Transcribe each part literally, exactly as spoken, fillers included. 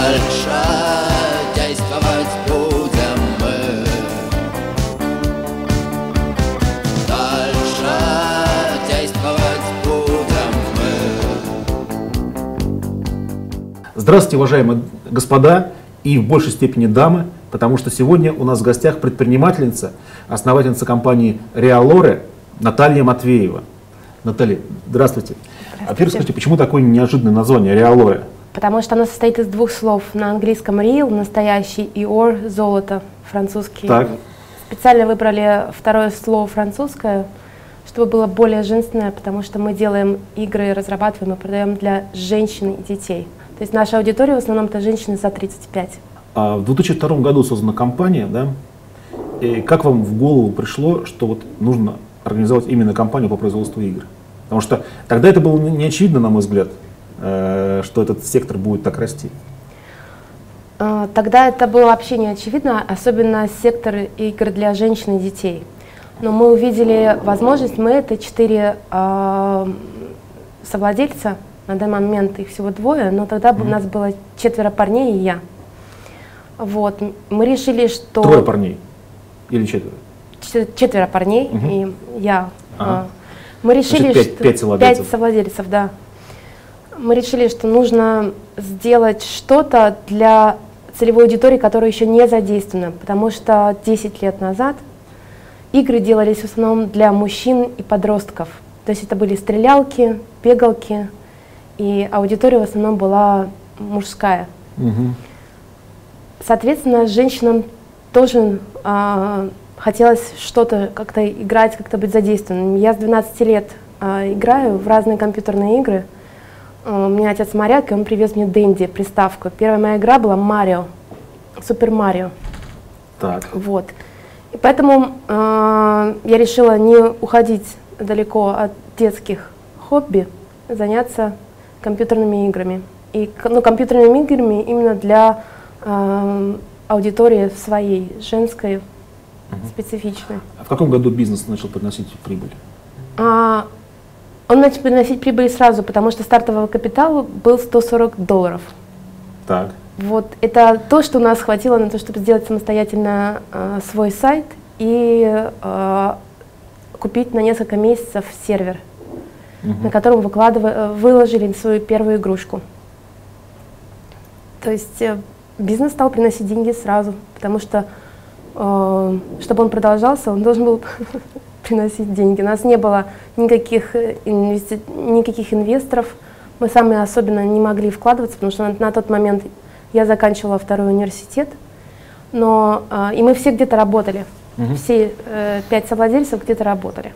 Дальше действовать будем мы. Дальше действовать будем мы. Здравствуйте, уважаемые господа и в большей степени дамы, потому что сегодня у нас в гостях предпринимательница, основательница компании Реалоре Наталья Матвеева. Наталья, здравствуйте. А первый скажите, почему такое неожиданное название Реалоре? Потому что оно состоит из двух слов. На английском real, настоящий, и or, золото, французский. Так. Специально выбрали второе слово французское, чтобы было более женственное, потому что мы делаем игры, разрабатываем и продаем для женщин и детей. То есть наша аудитория в основном это женщины за тридцать пять. А в две тысячи втором году создана компания, да? И как вам в голову пришло, что вот нужно организовать именно компанию по производству игр? Потому что тогда это было не очевидно, на мой взгляд, что этот сектор будет так расти. Тогда это было вообще не очевидно, особенно сектор игр для женщин и детей. Но мы увидели возможность, мы это четыре э, совладельца, на данный момент их всего двое, но тогда mm-hmm. у нас было четверо парней и я. Вот, мы решили, что... Трое парней или четверо? Четверо парней mm-hmm. и я. Ага. Мы решили, Значит, пять, что... пять совладельцев. Пять совладельцев, да. Мы решили, что нужно сделать что-то для целевой аудитории, которая еще не задействована, потому что десять лет назад игры делались в основном для мужчин и подростков. То есть это были стрелялки, бегалки, и аудитория в основном была мужская. Угу. Соответственно, женщинам тоже а, хотелось что-то, как-то играть, как-то быть задействованным. Я с двенадцати лет а, играю в разные компьютерные игры. У меня отец моряк, и он привез мне Денди, приставку. Первая моя игра была Марио, Супер Марио. Так. Вот. И поэтому э, я решила не уходить далеко от детских хобби, заняться компьютерными играми. И ну, компьютерными играми именно для э, аудитории своей, женской, угу. специфичной. А в каком году бизнес начал приносить прибыль? А, Он начал приносить прибыль сразу, потому что стартового капитала был сто сорок долларов. Так. Вот это то, что у нас хватило на то, чтобы сделать самостоятельно э, свой сайт и э, купить на несколько месяцев сервер, угу. на котором выкладывали, выложили свою первую игрушку. То есть э, бизнес стал приносить деньги сразу, потому что, э, чтобы он продолжался, он должен был приносить деньги. У нас не было никаких, инвести... никаких инвесторов. Мы сами особенно не могли вкладываться, потому что на, на тот момент я заканчивала второй университет. Но, э, и мы все где-то работали. Угу. Все э, пять совладельцев где-то работали.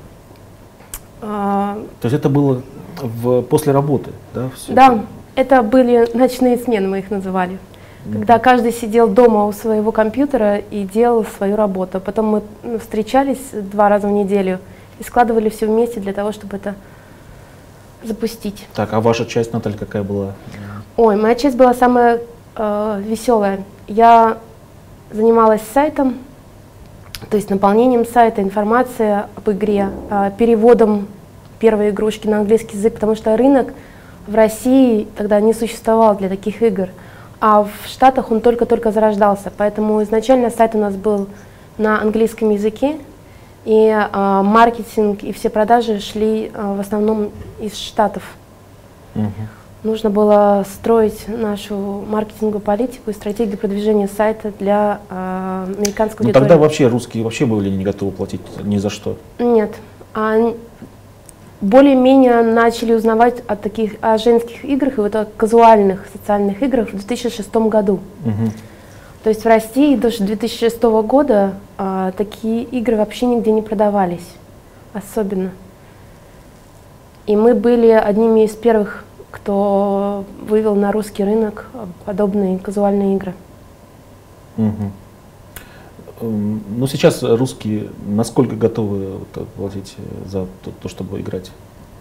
То есть это было в... после работы, да? Все да, это? это были ночные смены, мы их называли. Когда каждый сидел дома у своего компьютера и делал свою работу. Потом мы ну, встречались два раза в неделю и складывали все вместе для того, чтобы это запустить. Так, а ваша часть, Наталья, какая была? Ой, моя часть была самая э, веселая. Я занималась сайтом, то есть наполнением сайта, информацией об игре, э, переводом первой игрушки на английский язык, потому что рынок в России тогда не существовал для таких игр. А в Штатах он только-только зарождался, поэтому изначально сайт у нас был на английском языке, и э, маркетинг и все продажи шли э, в основном из Штатов. Uh-huh. Нужно было строить нашу маркетинговую политику и стратегию продвижения сайта для э, американского аудитории. Ну тогда вообще русские вообще были не готовы платить ни за что? Нет. А, более-менее начали узнавать о таких о женских играх и вот о казуальных социальных играх в две тысячи шестом году. Угу. То есть в России до две тысячи шестого года а, такие игры вообще нигде не продавались, особенно. И мы были одними из первых, кто вывел на русский рынок подобные казуальные игры. Угу. Но сейчас русские насколько готовы платить за то, то, чтобы играть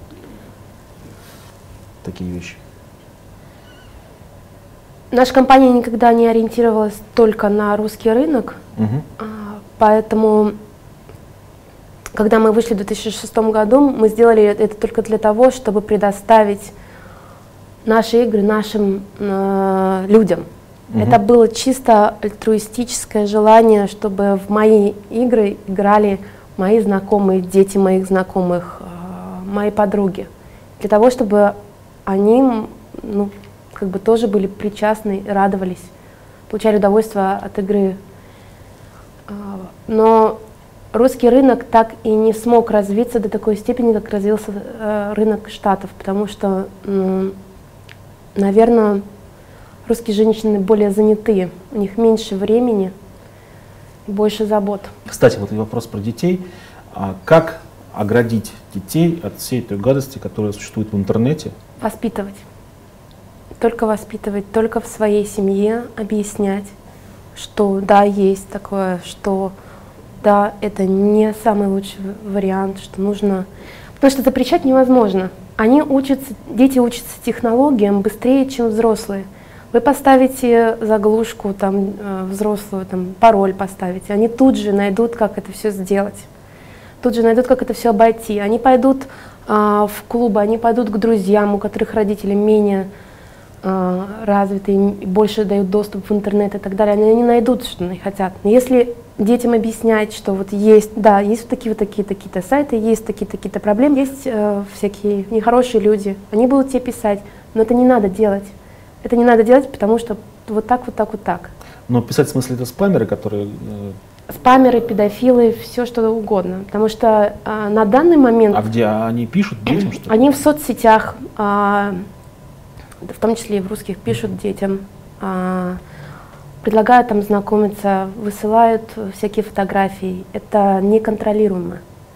в такие вещи? Наша компания никогда не ориентировалась только на русский рынок, угу. Поэтому, когда мы вышли в две тысячи шестом году, мы сделали это только для того, чтобы предоставить наши игры нашим э, людям. Угу. Это было чисто альтруистическое желание, чтобы в мои игры играли мои знакомые, дети моих знакомых, э, мои подруги. Для того, чтобы они, ну, как бы тоже были причастны, радовались, получали удовольствие от игры. Но русский рынок так и не смог развиться до такой степени, как развился э, рынок Штатов, потому что, э, наверное, русские женщины более занятые, у них меньше времени и больше забот. Кстати, вот вопрос про детей. А как оградить детей от всей той гадости, которая существует в интернете? Воспитывать. Только воспитывать, только в своей семье объяснять, что да, есть такое, что да, это не самый лучший вариант, что нужно... Потому что запрещать невозможно. Они учатся, дети учатся технологиям быстрее, чем взрослые. Вы поставите заглушку, там, взрослую, там, пароль поставите, они тут же найдут, как это все сделать. Тут же найдут, как это все обойти. Они пойдут а, в клубы, они пойдут к друзьям, у которых родители менее а, развиты, им больше дают доступ в интернет и так далее. Они, они найдут, что они хотят. Но если детям объяснять, что вот есть, да, есть вот такие вот такие-то такие сайты, есть такие-то такие-то проблемы, есть э, всякие нехорошие люди, они будут тебе писать, но это не надо делать. Это не надо делать, потому что вот так, вот так, вот так. Но писать в смысле это спамеры, которые... Спамеры, педофилы, все что угодно. Потому что а, на данный момент... А где они пишут детям, что ли? Они в соцсетях, а, в том числе и в русских, пишут детям, а, предлагают там знакомиться, высылают всякие фотографии. Это неконтролируемо.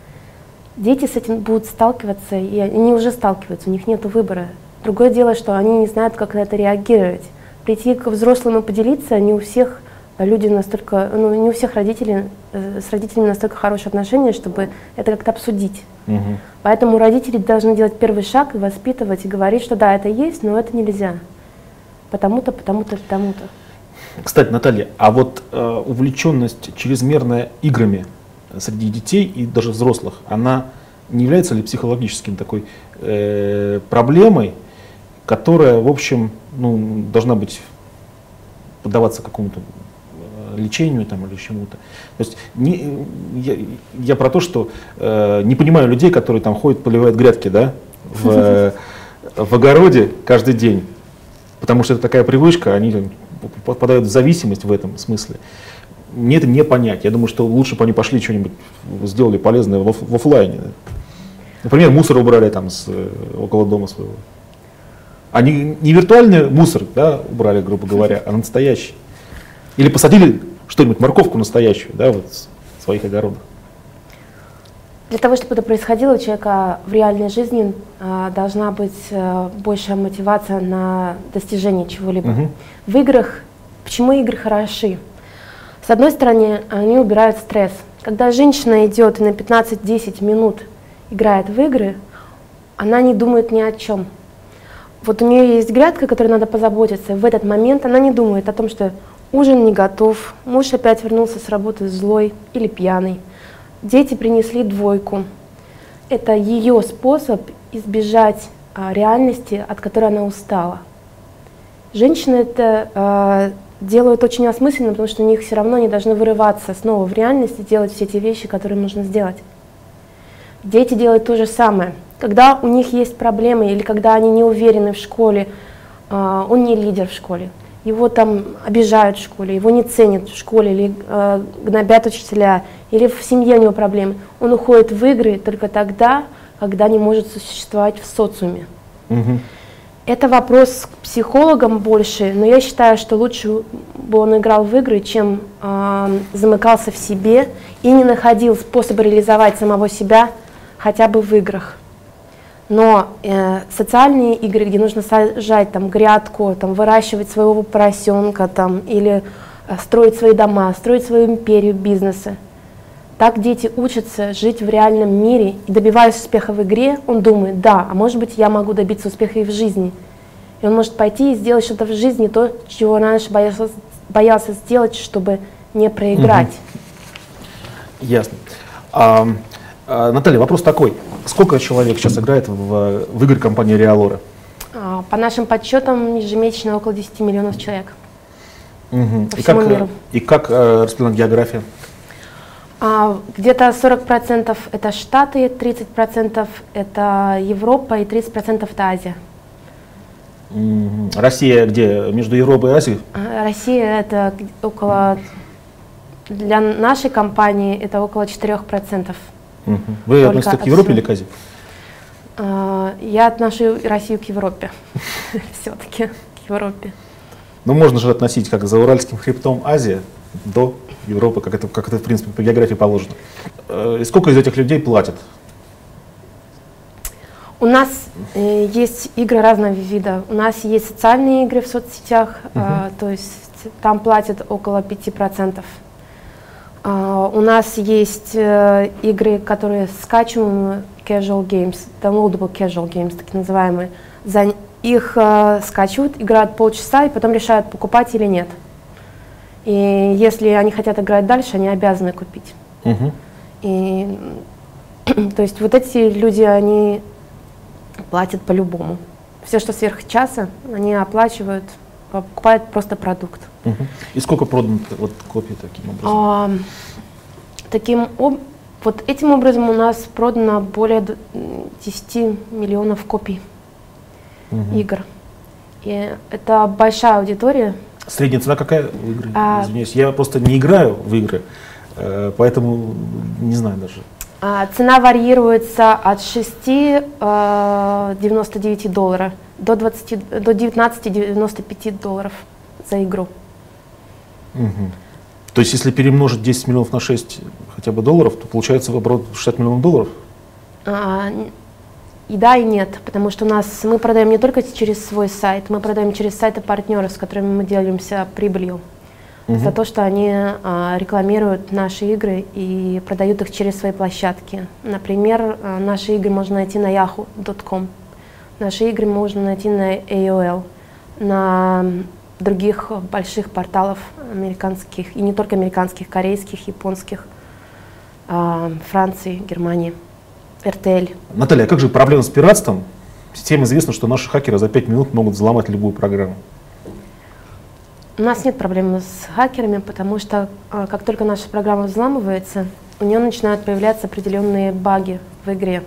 Дети с этим будут сталкиваться, и они уже сталкиваются, у них нет выбора. Другое дело, что они не знают, как на это реагировать. Прийти к взрослым и поделиться, не у всех люди настолько, ну, не у всех родителей, с родителями настолько хорошие отношения, чтобы это как-то обсудить. Угу. Поэтому родители должны делать первый шаг и воспитывать, и говорить, что да, это есть, но это нельзя. Потому-то, потому-то, потому-то. Кстати, Наталья, а вот э, увлеченность чрезмерная играми среди детей и даже взрослых, она не является ли психологическим такой э, проблемой, которая, в общем, ну, должна быть, поддаваться какому-то э, лечению там, или чему-то? То есть не, я, я про то, что э, не понимаю людей, которые там ходят, поливают грядки, да, в, э, в огороде каждый день, потому что это такая привычка, они попадают в зависимость в этом смысле. Мне это не понять. Я думаю, что лучше бы они пошли что-нибудь сделали полезное в, в офлайне. Да? Например, мусор убрали там с, около дома своего. Они не виртуальный мусор, да, убрали, грубо говоря, а настоящий. Или посадили что-нибудь, морковку настоящую, да, вот в своих огородах. Для того, чтобы это происходило, у человека в реальной жизни а, должна быть а, большая мотивация на достижение чего-либо. Угу. В играх, почему игры хороши? С одной стороны, они убирают стресс. Когда женщина идет и на пятнадцать-десять минут играет в игры, она не думает ни о чем. Вот у нее есть грядка, о которой надо позаботиться. В этот момент она не думает о том, что ужин не готов, муж опять вернулся с работы злой или пьяный, дети принесли двойку. Это ее способ избежать а, реальности, от которой она устала. Женщины это а, делают очень осмысленно, потому что у них все равно не должны вырываться снова в реальность и делать все те вещи, которые нужно сделать. Дети делают то же самое. Когда у них есть проблемы или когда они не уверены в школе, э, он не лидер в школе, его там обижают в школе, его не ценят в школе, или э, гнобят учителя, или в семье у него проблемы, он уходит в игры только тогда, когда не может существовать в социуме. Угу. Это вопрос к психологам больше, но я считаю, что лучше бы он играл в игры, чем э, замыкался в себе и не находил способа реализовать самого себя хотя бы в играх. Но э, социальные игры, где нужно сажать там, грядку, там, выращивать своего поросенка там, или э, строить свои дома, строить свою империю бизнеса, так дети учатся жить в реальном мире и, добиваясь успеха в игре, он думает, да, а может быть я могу добиться успеха и в жизни. И он может пойти и сделать что-то в жизни, то, чего раньше боялся, боялся сделать, чтобы не проиграть. Угу. Ясно. А, а, Наталья, вопрос такой. Сколько человек сейчас играет в, в игры компании Реалора? А, по нашим подсчетам, ежемесячно около десяти миллионов человек. Угу. По И, всему как, миру. и как э, распределена география? А, где-то сорок процентов это Штаты, тридцать процентов это Европа и тридцать процентов это Азия. Угу. Россия где? Между Европой и Азией? А, Россия это г- около, для нашей компании это около четырёх процентов. Угу. Вы Только относитесь к от Европе всего. или к Азии? А, Я отношу Россию к Европе. Все-таки к Европе. Ну, можно же относить как за Уральским хребтом Азия до Европы, как это, как это в принципе, по географии положено. Э, И сколько из этих людей платят? У нас э, есть игры разного вида. У нас есть социальные игры в соцсетях, а, то есть там платят около пяти процентов. А, у нас есть э, игры, которые скачиваемые casual games, downloadable casual games, так называемые. За их э, скачивают, играют полчаса и потом решают, покупать или нет. И если они хотят играть дальше, они обязаны купить. Угу. И, то есть вот эти люди, они платят по-любому. Все, что сверх часа, они оплачивают, покупают просто продукт. Угу. И сколько продано вот, копий таким образом? А, таким об- вот этим образом у нас продано более д- десяти миллионов копий Мгм. игр. И это большая аудитория. Средняя цена какая у игры? А- Извиняюсь, я просто не играю в игры, э, поэтому не знаю даже. А, цена варьируется от шести девяноста девяти долларов до, двадцати, до девятнадцати девяноста пяти долларов за игру. Мгм. То есть, если перемножить десять миллионов на шесть хотя бы долларов, то получается в оборот шестьдесят миллионов долларов? А, н- и да, и нет, потому что у нас мы продаем не только через свой сайт, мы продаем через сайты партнеров, с которыми мы делимся прибылью. Мгм. За то, что они а, рекламируют наши игры и продают их через свои площадки. Например, а, наши игры можно найти на яху точка ком, наши игры можно найти на эй о эл, на других больших порталов американских, и не только американских, корейских, японских, а, Франции, Германии, эр тэ эль. Наталья, а как же проблема с пиратством? Всем известно, что наши хакеры за пять минут могут взломать любую программу. У нас нет проблем с хакерами, потому что а, как только наша программа взламывается, у нее начинают появляться определенные баги в игре.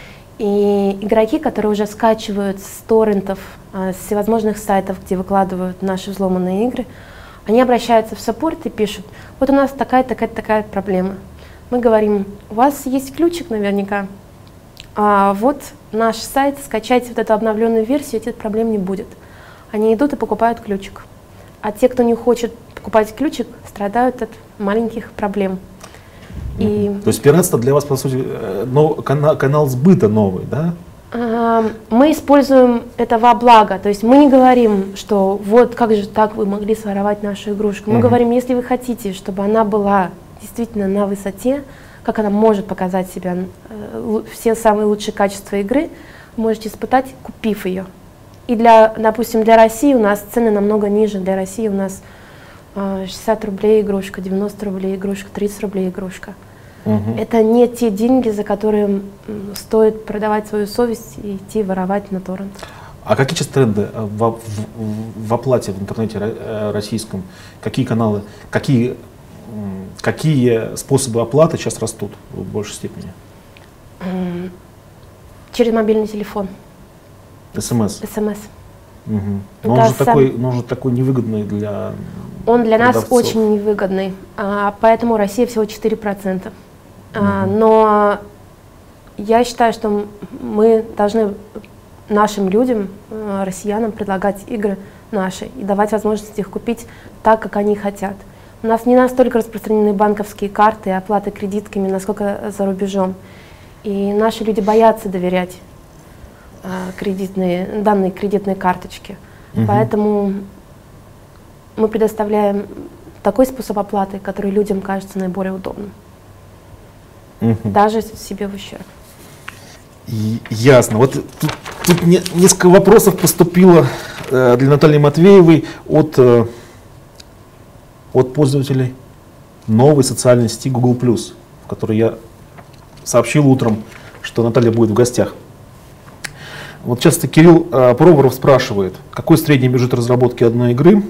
И игроки, которые уже скачивают с торрентов, а, с всевозможных сайтов, где выкладывают наши взломанные игры, они обращаются в саппорт и пишут: вот у нас такая, такая, такая проблема. Мы говорим: у вас есть ключик наверняка, а вот наш сайт, скачайте вот эту обновленную версию, этих проблем не будет. Они идут и покупают ключик. А те, кто не хочет покупать ключик, страдают от маленьких проблем. И То есть пиратство для вас, по сути, э, но, канал, канал сбыта новый, да? а, мы используем это во благо. То есть мы не говорим, что вот как же так вы могли своровать нашу игрушку. Мы Мгм. говорим, если вы хотите, чтобы она была действительно на высоте, как она может показать себя, э, лу- все самые лучшие качества игры, вы можете испытать, купив ее. И для, допустим, для России у нас цены намного ниже. Для России у нас а, шестьдесят рублей игрушка, девяносто рублей игрушка, тридцать рублей игрушка. Мгм. Это не те деньги, за которые м, стоит продавать свою совесть и идти воровать на торрент. А какие сейчас тренды э, в, в- в оплате в интернете ро- э, российском? Какие каналы, какие, м, какие способы оплаты сейчас растут в большей степени? М, Через мобильный телефон, СМС. СМС. Мгм. Но он Это же сам- такой, но он же такой невыгодный для Он для нас продавцов. очень невыгодный, а, поэтому Россия всего четыре процента. А, но я считаю, что м- мы должны нашим людям, э, россиянам, предлагать игры наши и давать возможность их купить так, как они хотят. У нас не настолько распространены банковские карты и оплаты кредитками, насколько за рубежом. И наши люди боятся доверять э, кредитные, данные кредитные карточки. Мгм. Поэтому мы предоставляем такой способ оплаты, который людям кажется наиболее удобным, Мгм. даже себе в ущерб. И- Ясно. Вот тут, тут не- несколько вопросов поступило э, для Натальи Матвеевой от, э, от пользователей новой социальной сети Google плюс, в которой я сообщил утром, что Наталья будет в гостях. Вот часто Кирилл э, Проворов спрашивает, какой средний бюджет разработки одной игры?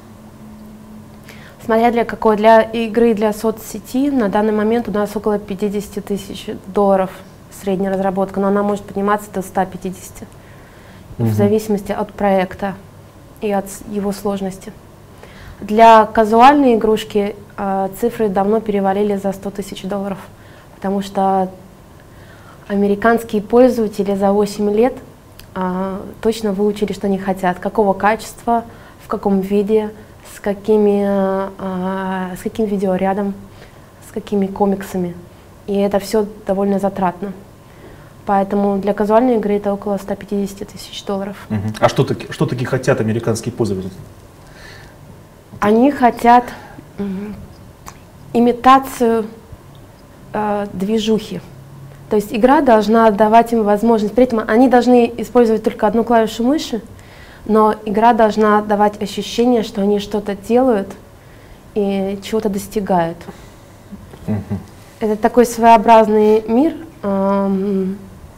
Смотря для какой, для игры для соцсети, на данный момент у нас около пятьдесят тысяч долларов средняя разработка, но она может подниматься до ста пятидесяти, угу. в зависимости от проекта и от его сложности. Для казуальной игрушки э, цифры давно перевалили за сто тысяч долларов, потому что американские пользователи за восемь лет э, точно выучили, что они хотят, какого качества, в каком виде, с какими, э, с каким видеорядом, с какими комиксами. И это все довольно затратно. Поэтому для казуальной игры это около ста пятидесяти тысяч долларов. Uh-huh. А что таки, что таки хотят американские пользователи? Они хотят м, имитацию э, движухи. То есть игра должна давать им возможность. При этом они должны использовать только одну клавишу мыши, но игра должна давать ощущение, что они что-то делают и чего-то достигают. Uh-huh. Это такой своеобразный мир. Эм,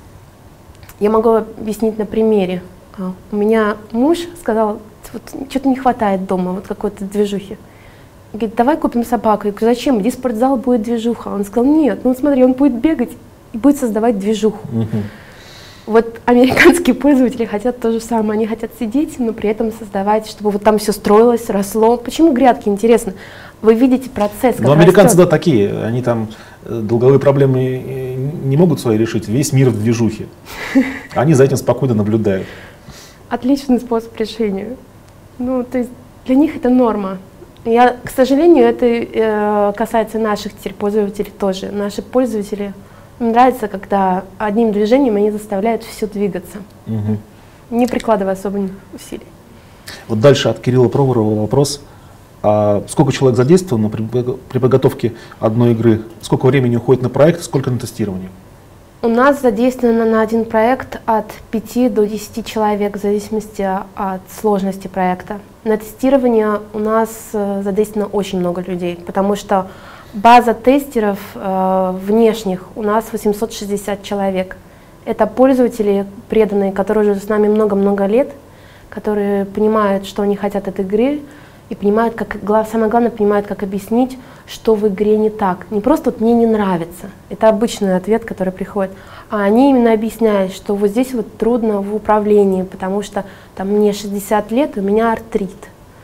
я могу объяснить на примере. У меня муж сказал, вот, что-то не хватает дома, вот какой-то движухи. Он говорит, давай купим собаку. Я говорю, зачем? Где спортзал будет движуха? Он сказал, нет, ну смотри, он будет бегать и будет создавать движуху. Uh-huh. Вот американские пользователи хотят то же самое. Они хотят сидеть, но при этом создавать, чтобы вот там все строилось, росло. Почему грядки? Интересно. Вы видите процесс, как Но американцы, растет. Да, такие. Они там долговые проблемы не могут свои решить. Весь мир в движухе. Они за этим спокойно наблюдают. Отличный способ решения. Ну, то есть для них это норма. Я, к сожалению, это э, касается наших теперь пользователей тоже. Наши пользователи, им нравится, когда одним движением они заставляют все двигаться, угу. не прикладывая особо усилий. Вот дальше от Кирилла Проворова вопрос. А сколько человек задействовано при, при подготовке одной игры? Сколько времени уходит на проект, сколько на тестирование? У нас задействовано на один проект от пяти до десяти человек в зависимости от сложности проекта. На тестирование у нас задействовано очень много людей, потому что база тестеров э, внешних у нас восемьсот шестьдесят человек. Это пользователи преданные, которые уже с нами много-много лет, которые понимают, что они хотят от игры, и понимают, как, самое главное, понимают, как объяснить, что в игре не так. Не просто вот мне не нравится, это обычный ответ, который приходит, а они именно объясняют, что вот здесь вот трудно в управлении, потому что там мне шестьдесят лет, у меня артрит.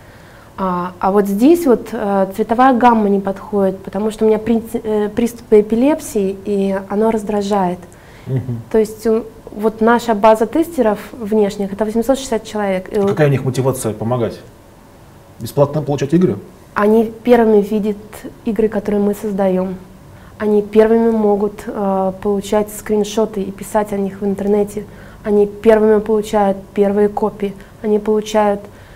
А, а вот здесь вот э, цветовая гамма не подходит, потому что у меня при, э, приступы эпилепсии, и оно раздражает. Угу. То есть э, вот наша база тестеров внешних, это восемьсот шестьдесят человек. А какая у них мотивация помогать? Бесплатно получать игры? Они первыми видят игры, которые мы создаем. Они первыми могут э, получать скриншоты и писать о них в интернете. Они первыми получают первые копии. Они получают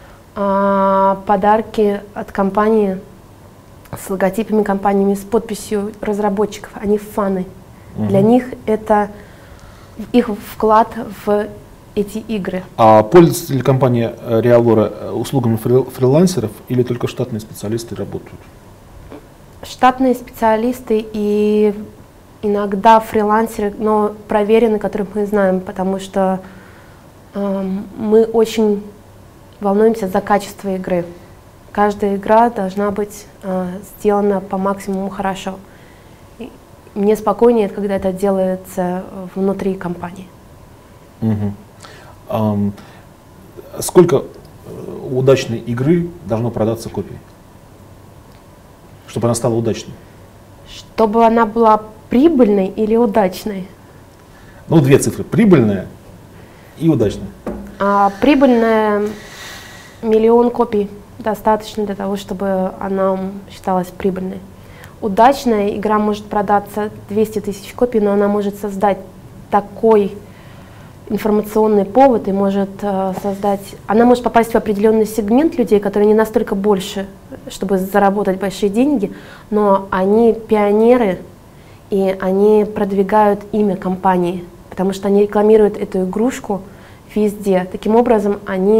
э, подарки от компании с логотипами компаниями, с подписью разработчиков. Они фаны. Угу. Для них это их вклад в эти игры. А пользуется ли компания Реалора услугами фрилансеров или только штатные специалисты работают? Штатные специалисты и иногда фрилансеры, но проверенные, которых мы знаем, потому что э, мы очень волнуемся за качество игры. Каждая игра должна быть э, сделана по максимуму хорошо. И мне спокойнее, когда это делается внутри компании. Угу. Um, сколько удачной игры должно продаться копий, чтобы она стала удачной? Чтобы она была прибыльной или удачной? Ну, две цифры. Прибыльная и удачная. А, прибыльная миллион копий достаточно для того, чтобы она считалась прибыльной. Удачная игра может продаться двести тысяч копий, но она может создать такой информационный повод и может э, создать, она может попасть в определенный сегмент людей, которые не настолько больше, чтобы заработать большие деньги, но они пионеры, и они продвигают имя компании, потому что они рекламируют эту игрушку везде. Таким образом, они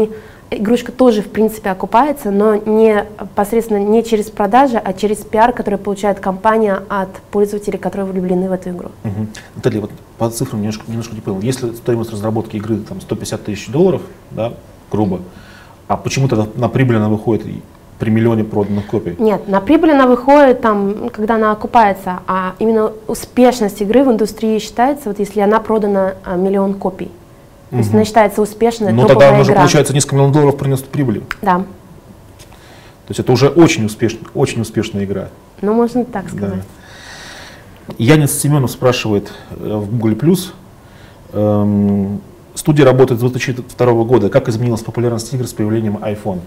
игрушка тоже, в принципе, окупается, но не посредственно не через продажи, а через пиар, который получает компания от пользователей, которые влюблены в эту игру. Угу. Наталья, вот по цифрам немножко, немножко не понял. Если стоимость разработки игры там, сто пятьдесят тысяч долларов, да, грубо, а почему тогда на прибыль она выходит при миллионе проданных копий? Нет, на прибыль она выходит, там, когда она окупается, а именно успешность игры в индустрии считается, вот если она продана а, миллион копий. То есть Угу. она считается успешной, Ну топовая тогда она же, игра. получается, несколько миллионов долларов приносит прибыли. Да, То есть это уже очень, успеш... очень успешная игра. ну можно так сказать. Да. Янис Семенов спрашивает э, в Google+, эм, студия работает с две тысячи второго года. Как изменилась популярность игр с появлением iPhone?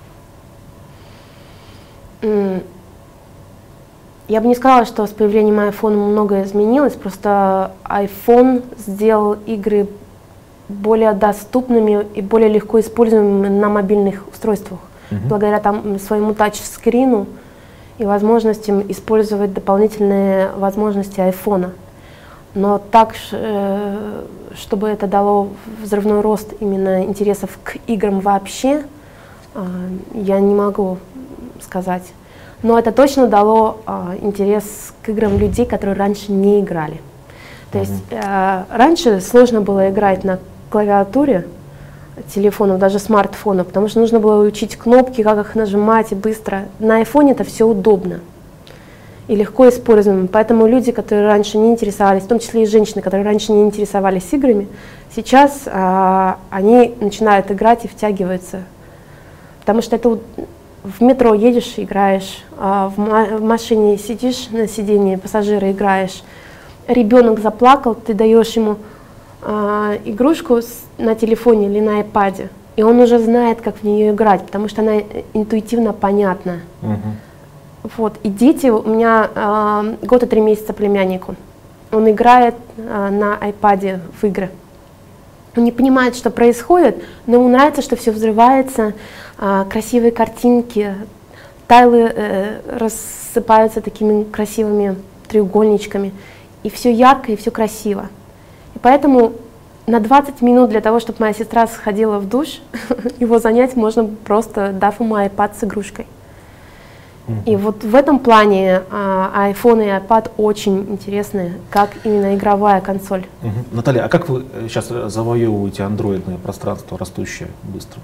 М, Я бы не сказала, что с появлением iPhone многое изменилось, просто iPhone сделал игры более доступными и более легко используемыми на мобильных устройствах, Мгм. благодаря там своему тачскрину и возможностям использовать дополнительные возможности iPhone. Но так, ш- э, чтобы это дало взрывной рост именно интересов к играм вообще, э, я не могу сказать. Но это точно дало э, интерес к играм людей, которые раньше не играли. То есть э, раньше сложно было играть на клавиатуре телефонов, даже смартфонов, потому что нужно было учить кнопки, как их нажимать и быстро. На айфоне это все удобно и легко используемо. Поэтому люди, которые раньше не интересовались, в том числе и женщины, которые раньше не интересовались играми, сейчас а, они начинают играть и втягиваются. Потому что это вот в метро едешь, играешь, а в, ма- в машине сидишь на сиденье пассажира, играешь. Ребенок заплакал, ты даешь ему а, игрушку с- на телефоне или на айпаде, и он уже знает, как в нее играть, потому что она интуитивно понятна. Мгм. Вот. И дети, у меня а, год и три месяца племяннику, он играет а, на айпаде в игры. Он не понимает, что происходит, но ему нравится, что все взрывается, а, красивые картинки, тайлы э, рассыпаются такими красивыми треугольничками, и все ярко, и все красиво. И поэтому на двадцать минут для того, чтобы моя сестра сходила в душ, его занять можно просто дав ему iPad с игрушкой. И вот в этом плане а, iPhone и iPad очень интересны, как именно игровая консоль. Мгм. Наталья, а как вы э, сейчас завоевываете андроидное пространство, растущее быстро?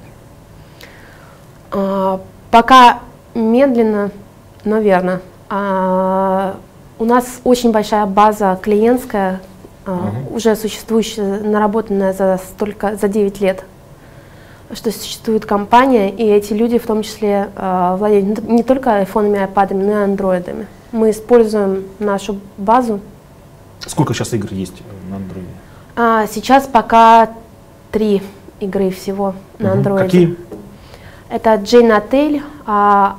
А, пока медленно, но верно. А, у нас очень большая база клиентская, а, Мгм. уже существующая, наработанная за столько, за девять лет, что существует компания, и эти люди в том числе а, владеют не т- не только айфонами, айпадами, но и андроидами. Мы используем нашу базу. Сколько сейчас игр есть э, на андроиде? А, сейчас пока три игры всего на Мгм. андроиде. Какие? Это Jane Отель, а,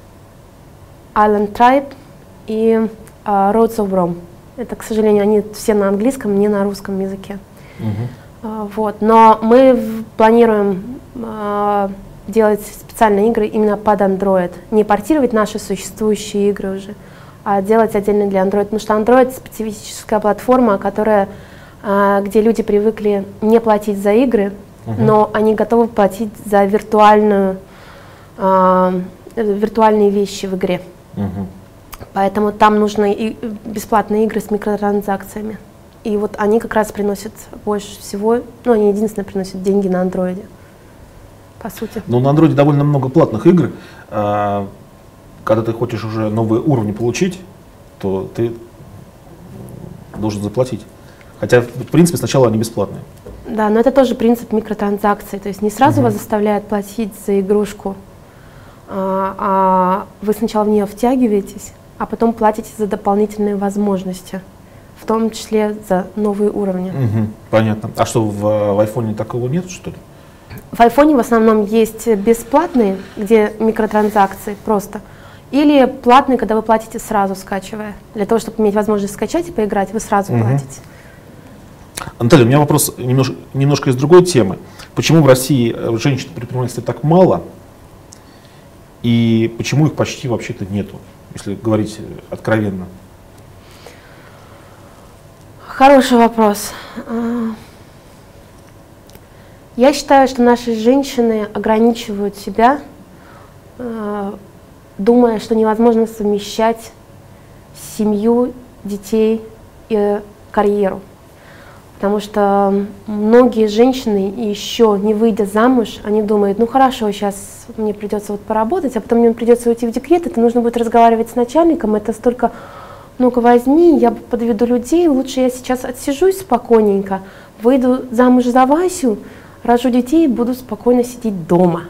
Island Tribe и а, Roads of Rome. Это, к сожалению, они все на английском, не на русском языке. Мгм. А, вот. Но мы в- планируем а, делать специальные игры именно под Android. Не портировать наши существующие игры уже, а делать отдельно для Android. Потому что Android — специфическая платформа, которая, а, где люди привыкли не платить за игры, Мгм. но они готовы платить за виртуальную, а, виртуальные вещи в игре. Мгм. Поэтому там нужны и бесплатные игры с микротранзакциями. И вот они как раз приносят больше всего, ну, они единственные приносят деньги на андроиде, по сути. Ну, на андроиде довольно много платных игр. А, Когда ты хочешь уже новые уровни получить, то ты м, должен заплатить. Хотя, в принципе, сначала они бесплатные. Да, но это тоже принцип микротранзакций. То есть не сразу Мгм. вас заставляют платить за игрушку, а, а вы сначала в нее втягиваетесь, а потом платите за дополнительные возможности, в том числе за новые уровни. Мгм. Понятно. А что, в, в айфоне такого нет, что ли? В айфоне в основном есть бесплатные, где микротранзакции просто, или платные, когда вы платите сразу, скачивая. Для того, чтобы иметь возможность скачать и поиграть, вы сразу Мгм. платите. Наталья, у меня вопрос немножко, немножко из другой темы. Почему в России э, женщин-предпринимателей так мало, и почему их почти вообще-то нету, если говорить э, откровенно? Хороший вопрос. А, Я считаю, что наши женщины ограничивают себя, э, думая, что невозможно совмещать семью, детей и карьеру. Потому что многие женщины, еще не выйдя замуж, они думают, ну хорошо, сейчас мне придется вот поработать, а потом мне придется уйти в декрет, это нужно будет разговаривать с начальником, это столько, ну-ка возьми, я подведу людей, лучше я сейчас отсижусь спокойненько, выйду замуж за Васю, рожу детей и буду спокойно сидеть дома.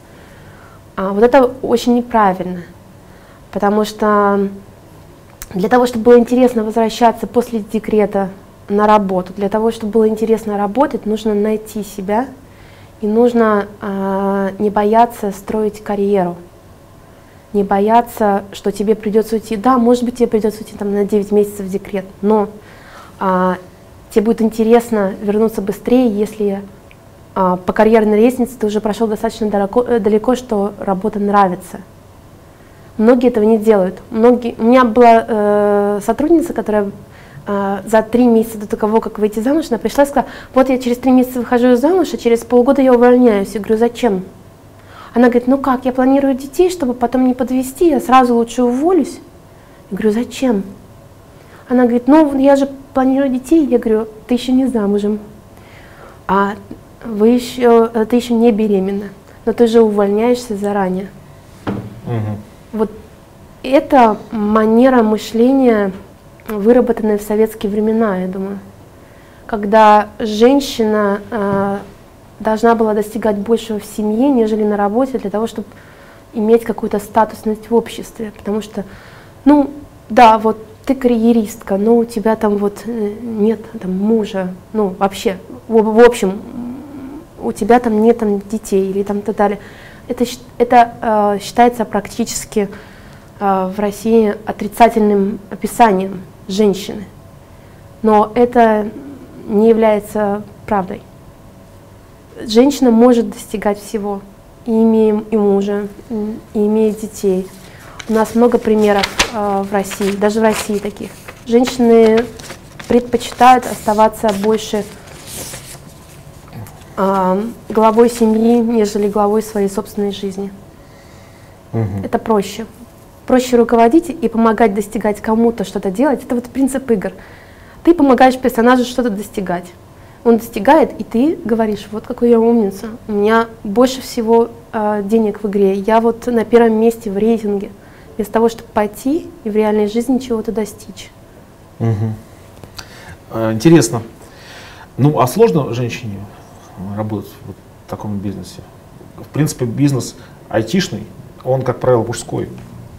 А вот это очень неправильно, потому что для того, чтобы было интересно возвращаться после декрета на работу, для того, чтобы было интересно работать, нужно найти себя и нужно э, не бояться строить карьеру, не бояться, что тебе придется уйти. Да, может быть, тебе придется уйти там, на девять месяцев в декрет, но э, тебе будет интересно вернуться быстрее, если э, по карьерной лестнице ты уже прошел достаточно далеко, далеко, что работа нравится. Многие этого не делают. Многие... У меня была э, сотрудница, которая э, за три месяца до того, как выйти замуж, она пришла и сказала, вот я через три месяца выхожу замуж, а через полгода я увольняюсь. Я говорю, зачем? Она говорит, ну как, я планирую детей, чтобы потом не подвести, я сразу лучше уволюсь. Я говорю, зачем? Она говорит, ну я же планирую детей. Я говорю, ты еще не замужем, а вы еще, ты еще не беременна, но ты же увольняешься заранее. Угу. Вот это манера мышления, выработанная в советские времена, я думаю, когда женщина э, должна была достигать большего в семье, нежели на работе, для того, чтобы иметь какую-то статусность в обществе. Потому что, ну, да, вот ты карьеристка, но у тебя там вот нет там, мужа, ну, вообще, в, в общем, у тебя там нет там, детей или там так далее. Это, это э, считается практически э, в России отрицательным описанием женщины. Но это не является правдой. Женщина может достигать всего, и имея и мужа, и имея детей. У нас много примеров э, в России, даже в России таких. Женщины предпочитают оставаться больше главой семьи, нежели главой своей собственной жизни. Угу. Это проще. Проще руководить и помогать достигать кому-то что-то делать. Это вот принцип игр. Ты помогаешь персонажу что-то достигать. Он достигает, и ты говоришь, вот какой я умница. У меня больше всего э, денег в игре. Я вот на первом месте в рейтинге. Вместо того, чтобы пойти и в реальной жизни чего-то достичь. Угу. Интересно. Ну, а сложно женщине работать вот в таком бизнесе? В принципе, бизнес айтишный, он, как правило, мужской.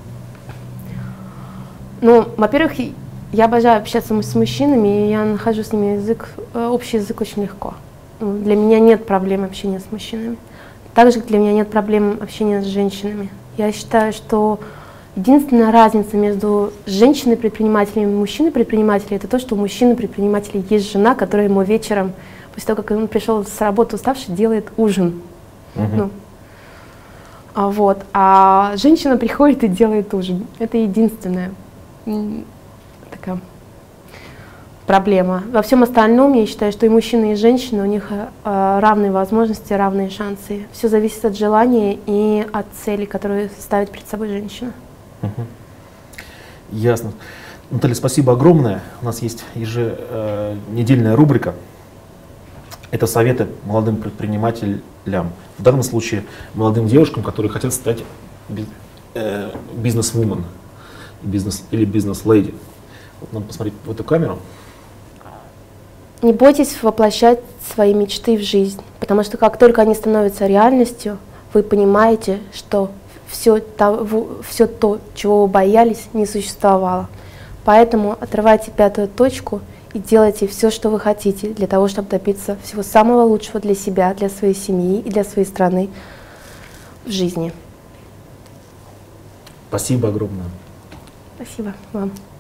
Ну, во-первых, я обожаю общаться с мужчинами, и я нахожу с ними язык, общий язык очень легко. Для меня нет проблем общения с мужчинами. Так же, как для меня нет проблем общения с женщинами. Я считаю, что единственная разница между женщиной-предпринимателем и мужчиной-предпринимателем — это то, что у мужчины-предпринимателя есть жена, которая ему вечером, после того, как он пришел с работы уставший, делает ужин. Uh-huh. Ну, а, вот. а женщина приходит и делает ужин. Это единственная такая проблема. Во всем остальном я считаю, что и мужчины, и женщины, у них э, равные возможности, равные шансы. Все зависит от желания и от цели, которую ставит перед собой женщина. Uh-huh. Ясно. Наталья, спасибо огромное. У нас есть еженедельная рубрика. Это советы молодым предпринимателям, в данном случае молодым девушкам, которые хотят стать бизнес-вумен бизнес, или бизнес-леди. Вот надо посмотреть в эту камеру. Не бойтесь воплощать свои мечты в жизнь, потому что как только они становятся реальностью, вы понимаете, что все то, все то, чего вы боялись, не существовало. Поэтому отрывайте пятую точку и делайте все, что вы хотите, для того, чтобы добиться всего самого лучшего для себя, для своей семьи и для своей страны в жизни. Спасибо огромное. Спасибо вам.